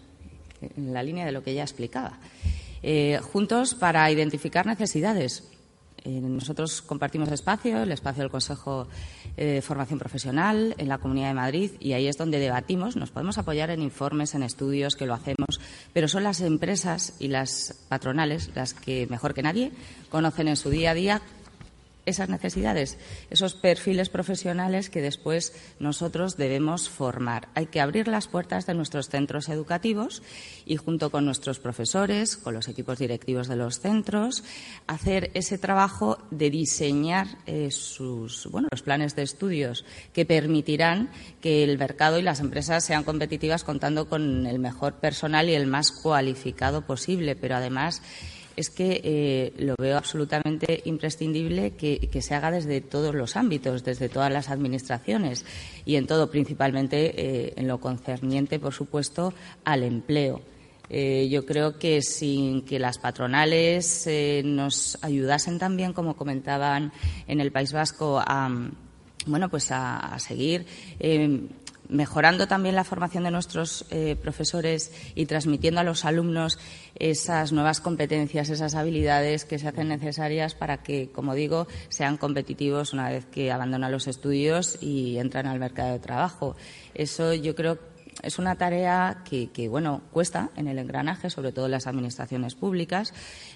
en la línea de lo que ya explicaba. Eh, juntos para identificar necesidades. Eh, nosotros compartimos espacio, el espacio del Consejo eh, de Formación Profesional en la Comunidad de Madrid, y ahí es donde debatimos. Nos podemos apoyar en informes, en estudios, que lo hacemos, pero son las empresas y las patronales las que, mejor que nadie, conocen en su día a día esas necesidades, esos perfiles profesionales que después nosotros debemos formar. Hay que abrir las puertas de nuestros centros educativos y, junto con nuestros profesores, con los equipos directivos de los centros, hacer ese trabajo de diseñar eh, sus, bueno, los planes de estudios que permitirán que el mercado y las empresas sean competitivas contando con el mejor personal y el más cualificado posible, pero además es que eh, lo veo absolutamente imprescindible que, que se haga desde todos los ámbitos, desde todas las administraciones y en todo, principalmente eh, en lo concerniente, por supuesto, al empleo. Eh, yo creo que sin que las patronales eh, nos ayudasen también, como comentaban en el País Vasco, a, bueno, pues a, a seguir eh, mejorando también la formación de nuestros eh, profesores y transmitiendo a los alumnos esas nuevas competencias, esas habilidades que se hacen necesarias para que, como digo, sean competitivos una vez que abandonan los estudios y entran al mercado de trabajo. Eso yo creo que es una tarea que, que, bueno, cuesta en el engranaje, sobre todo en las administraciones públicas.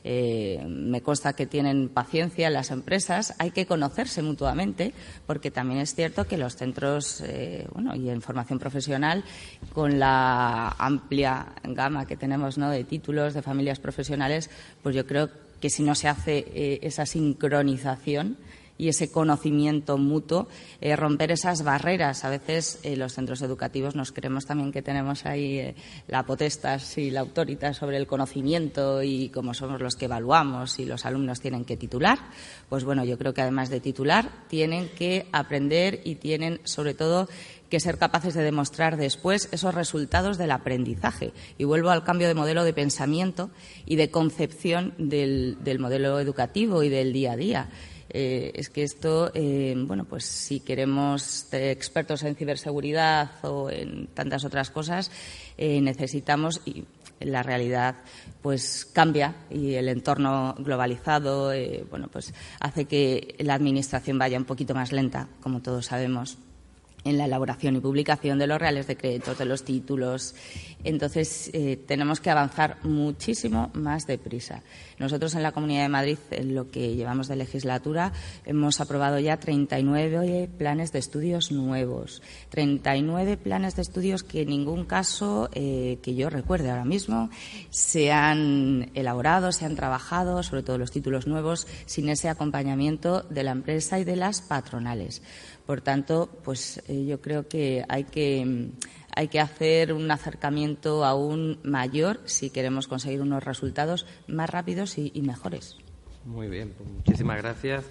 Eh, me consta que tienen paciencia las empresas. Hay que conocerse mutuamente, porque también es cierto que los centros, eh, bueno, y en formación profesional, con la amplia gama que tenemos, ¿no?, de títulos, de familias profesionales, pues yo creo que si no se hace eh, esa sincronización y ese conocimiento mutuo, eh, romper esas barreras. A veces eh, los centros educativos nos creemos también que tenemos ahí eh, la potestas y la autoritas sobre el conocimiento y como somos los que evaluamos y los alumnos tienen que titular, pues bueno, yo creo que además de titular tienen que aprender y tienen sobre todo que ser capaces de demostrar después esos resultados del aprendizaje. Y vuelvo al cambio de modelo de pensamiento y de concepción del, del modelo educativo y del día a día. Eh, es que esto, eh, bueno, pues si queremos ser expertos en ciberseguridad o en tantas otras cosas, eh, necesitamos, y la realidad pues cambia y el entorno globalizado, eh, bueno, pues hace que la administración vaya un poquito más lenta, como todos sabemos, en la elaboración y publicación de los reales decretos, de los títulos. Entonces, eh, tenemos que avanzar muchísimo más deprisa. Nosotros en la Comunidad de Madrid, en lo que llevamos de legislatura, hemos aprobado ya treinta y nueve planes de estudios nuevos. treinta y nueve planes de estudios que en ningún caso, eh, que yo recuerde ahora mismo, se han elaborado, se han trabajado, sobre todo los títulos nuevos, sin ese acompañamiento de la empresa y de las patronales. Por tanto, pues eh, yo creo que hay que hay que hacer un acercamiento aún mayor si queremos conseguir unos resultados más rápidos y, y mejores. Muy bien, pues muchísimas gracias.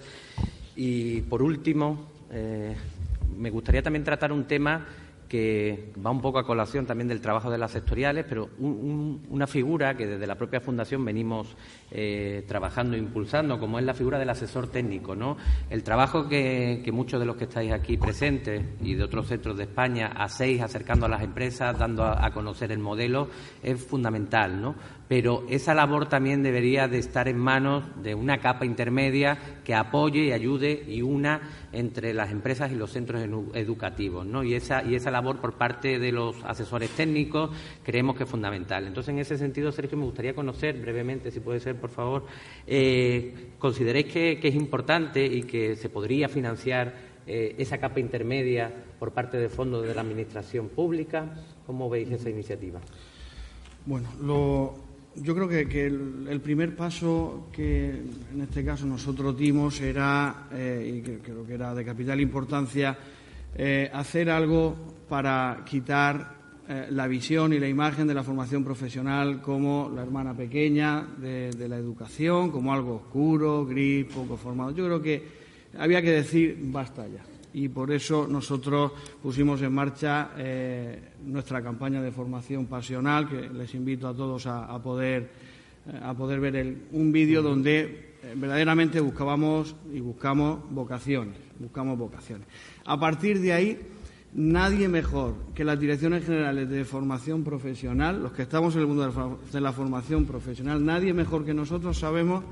Y por último, eh, me gustaría también tratar un tema que va un poco a colación también del trabajo de las sectoriales, pero un, un, una figura que desde la propia Fundación venimos eh, trabajando e impulsando, como es la figura del asesor técnico, ¿no? El trabajo que, que muchos de los que estáis aquí presentes y de otros centros de España hacéis acercando a las empresas, dando a, a conocer el modelo, es fundamental, ¿no? Pero esa labor también debería de estar en manos de una capa intermedia que apoye y ayude y una entre las empresas y los centros educativos, ¿no? Y esa, y esa labor por parte de los asesores técnicos creemos que es fundamental. Entonces, en ese sentido, Sergio, me gustaría conocer brevemente, si puede ser, por favor, eh, ¿consideráis que, que es importante y que se podría financiar eh, esa capa intermedia por parte de fondos de la Administración Pública? ¿Cómo veis esa iniciativa? Bueno, lo... Yo creo que, que el, el primer paso que en este caso nosotros dimos era, eh, y que, creo que era de capital importancia, eh, hacer algo para quitar eh, la visión y la imagen de la formación profesional como la hermana pequeña de, de la educación, como algo oscuro, gris, poco formado. Yo creo que había que decir basta ya. Y por eso nosotros pusimos en marcha eh, nuestra campaña de formación pasional, que les invito a todos a, a poder eh, a poder ver el, un vídeo donde eh, verdaderamente buscábamos y buscamos vocaciones, buscamos vocaciones. A partir de ahí, nadie mejor que las direcciones generales de formación profesional, los que estamos en el mundo de la, de la formación profesional, nadie mejor que nosotros sabemos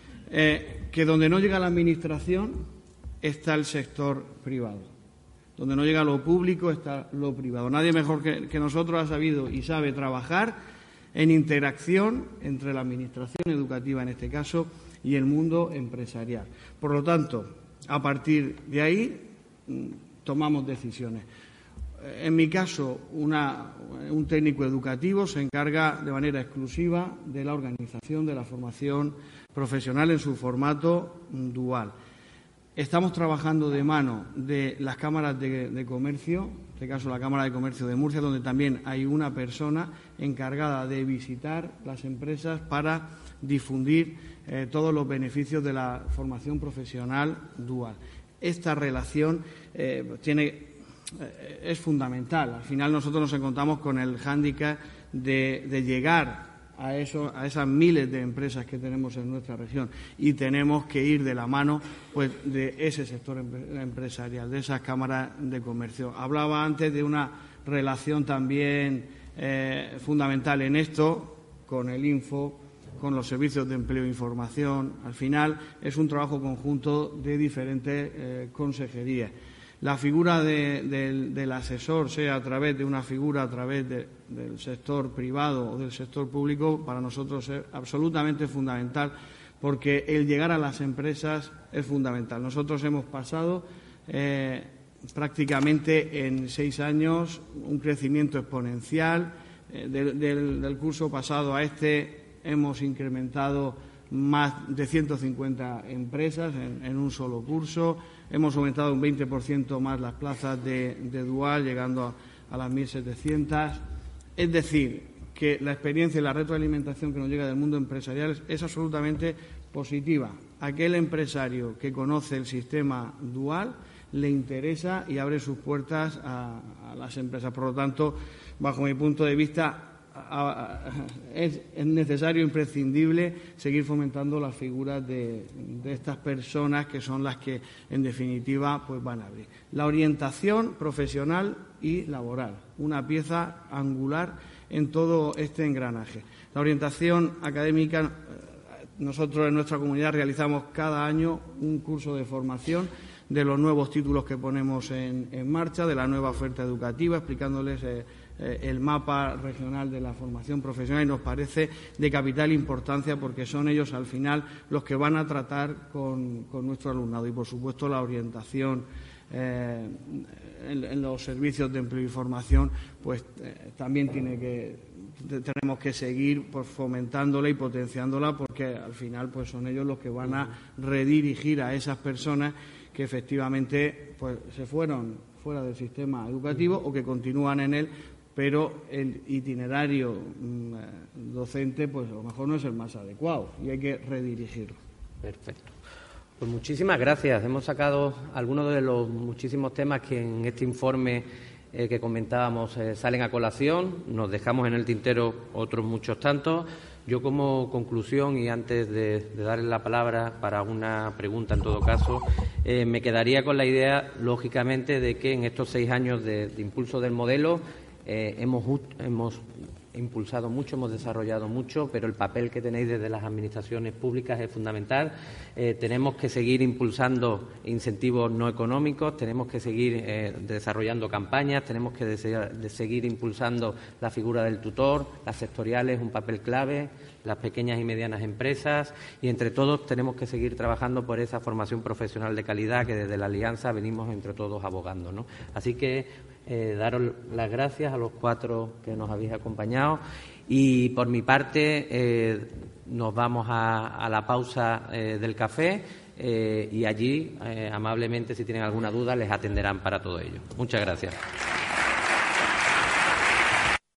eh, que donde no llega la Administración está el sector privado. Donde no llega lo público está lo privado. Nadie mejor que, que nosotros ha sabido y sabe trabajar en interacción entre la Administración educativa, en este caso, y el mundo empresarial. Por lo tanto, A partir de ahí tomamos decisiones. En mi caso, una, un técnico educativo se encarga de manera exclusiva de la organización de la formación profesional en su formato dual. Estamos trabajando de mano de las cámaras de, de comercio, en este caso la Cámara de Comercio de Murcia, donde también hay una persona encargada de visitar las empresas para difundir eh, todos los beneficios de la formación profesional dual. Esta relación eh, tiene es fundamental. Al final nosotros nos encontramos con el hándicap de, de llegar a, eso, a esas miles de empresas que tenemos en nuestra región y tenemos que ir de la mano pues, de ese sector empresarial, de esas cámaras de comercio. Hablaba antes de una relación también eh, fundamental en esto con el Info, con los servicios de empleo e información. Al final es un trabajo conjunto de diferentes eh, consejerías. La figura de, de, del asesor, sea a través de una figura, a través de, del sector privado o del sector público, para nosotros es absolutamente fundamental, porque el llegar a las empresas es fundamental. Nosotros hemos pasado eh, prácticamente en seis años un crecimiento exponencial. Eh, de, del, del curso pasado a este hemos incrementado más de ciento cincuenta empresas en, en un solo curso. Hemos aumentado un veinte por ciento más las plazas de, de dual, llegando a, a las mil setecientas. Es decir, que la experiencia y la retroalimentación que nos llega del mundo empresarial es, es absolutamente positiva. Aquel empresario que conoce el sistema dual le interesa y abre sus puertas a, a las empresas. Por lo tanto, bajo mi punto de vista, es necesario, imprescindible, seguir fomentando las figuras de, de estas personas que son las que, en definitiva, pues van a abrir. La orientación profesional y laboral, una pieza angular en todo este engranaje. La orientación académica, nosotros en nuestra comunidad realizamos cada año un curso de formación de los nuevos títulos que ponemos en, en marcha, de la nueva oferta educativa, explicándoles eh, el mapa regional de la formación profesional, y nos parece de capital importancia porque son ellos al final los que van a tratar con, con nuestro alumnado. Y por supuesto la orientación eh, en, en los servicios de empleo y formación pues eh, también tiene que tenemos que seguir pues, fomentándola y potenciándola, porque al final pues son ellos los que van a redirigir a esas personas que efectivamente pues se fueron fuera del sistema educativo o que continúan en él, pero el itinerario mmm, docente pues a lo mejor no es el más adecuado y hay que redirigirlo. Perfecto. Pues muchísimas gracias. Hemos sacado algunos de los muchísimos temas que en este informe eh, que comentábamos eh, salen a colación. Nos dejamos en el tintero otros muchos tantos. Yo, como conclusión, y antes de, de darle la palabra para una pregunta en todo caso, eh, me quedaría con la idea, lógicamente, de que en estos seis años de, de impulso del modelo Eh, hemos, hemos impulsado mucho, hemos desarrollado mucho, pero el papel que tenéis desde las administraciones públicas es fundamental. Eh, tenemos que seguir impulsando incentivos no económicos, tenemos que seguir eh, desarrollando campañas, tenemos que de, de seguir impulsando la figura del tutor, las sectoriales, un papel clave, las pequeñas y medianas empresas, y entre todos tenemos que seguir trabajando por esa formación profesional de calidad que desde la Alianza venimos entre todos abogando, ¿no? Así que Eh, daros las gracias a los cuatro que nos habéis acompañado y por mi parte eh, nos vamos a, a la pausa eh, del café eh, y allí eh, amablemente, si tienen alguna duda, les atenderán para todo ello. Muchas gracias.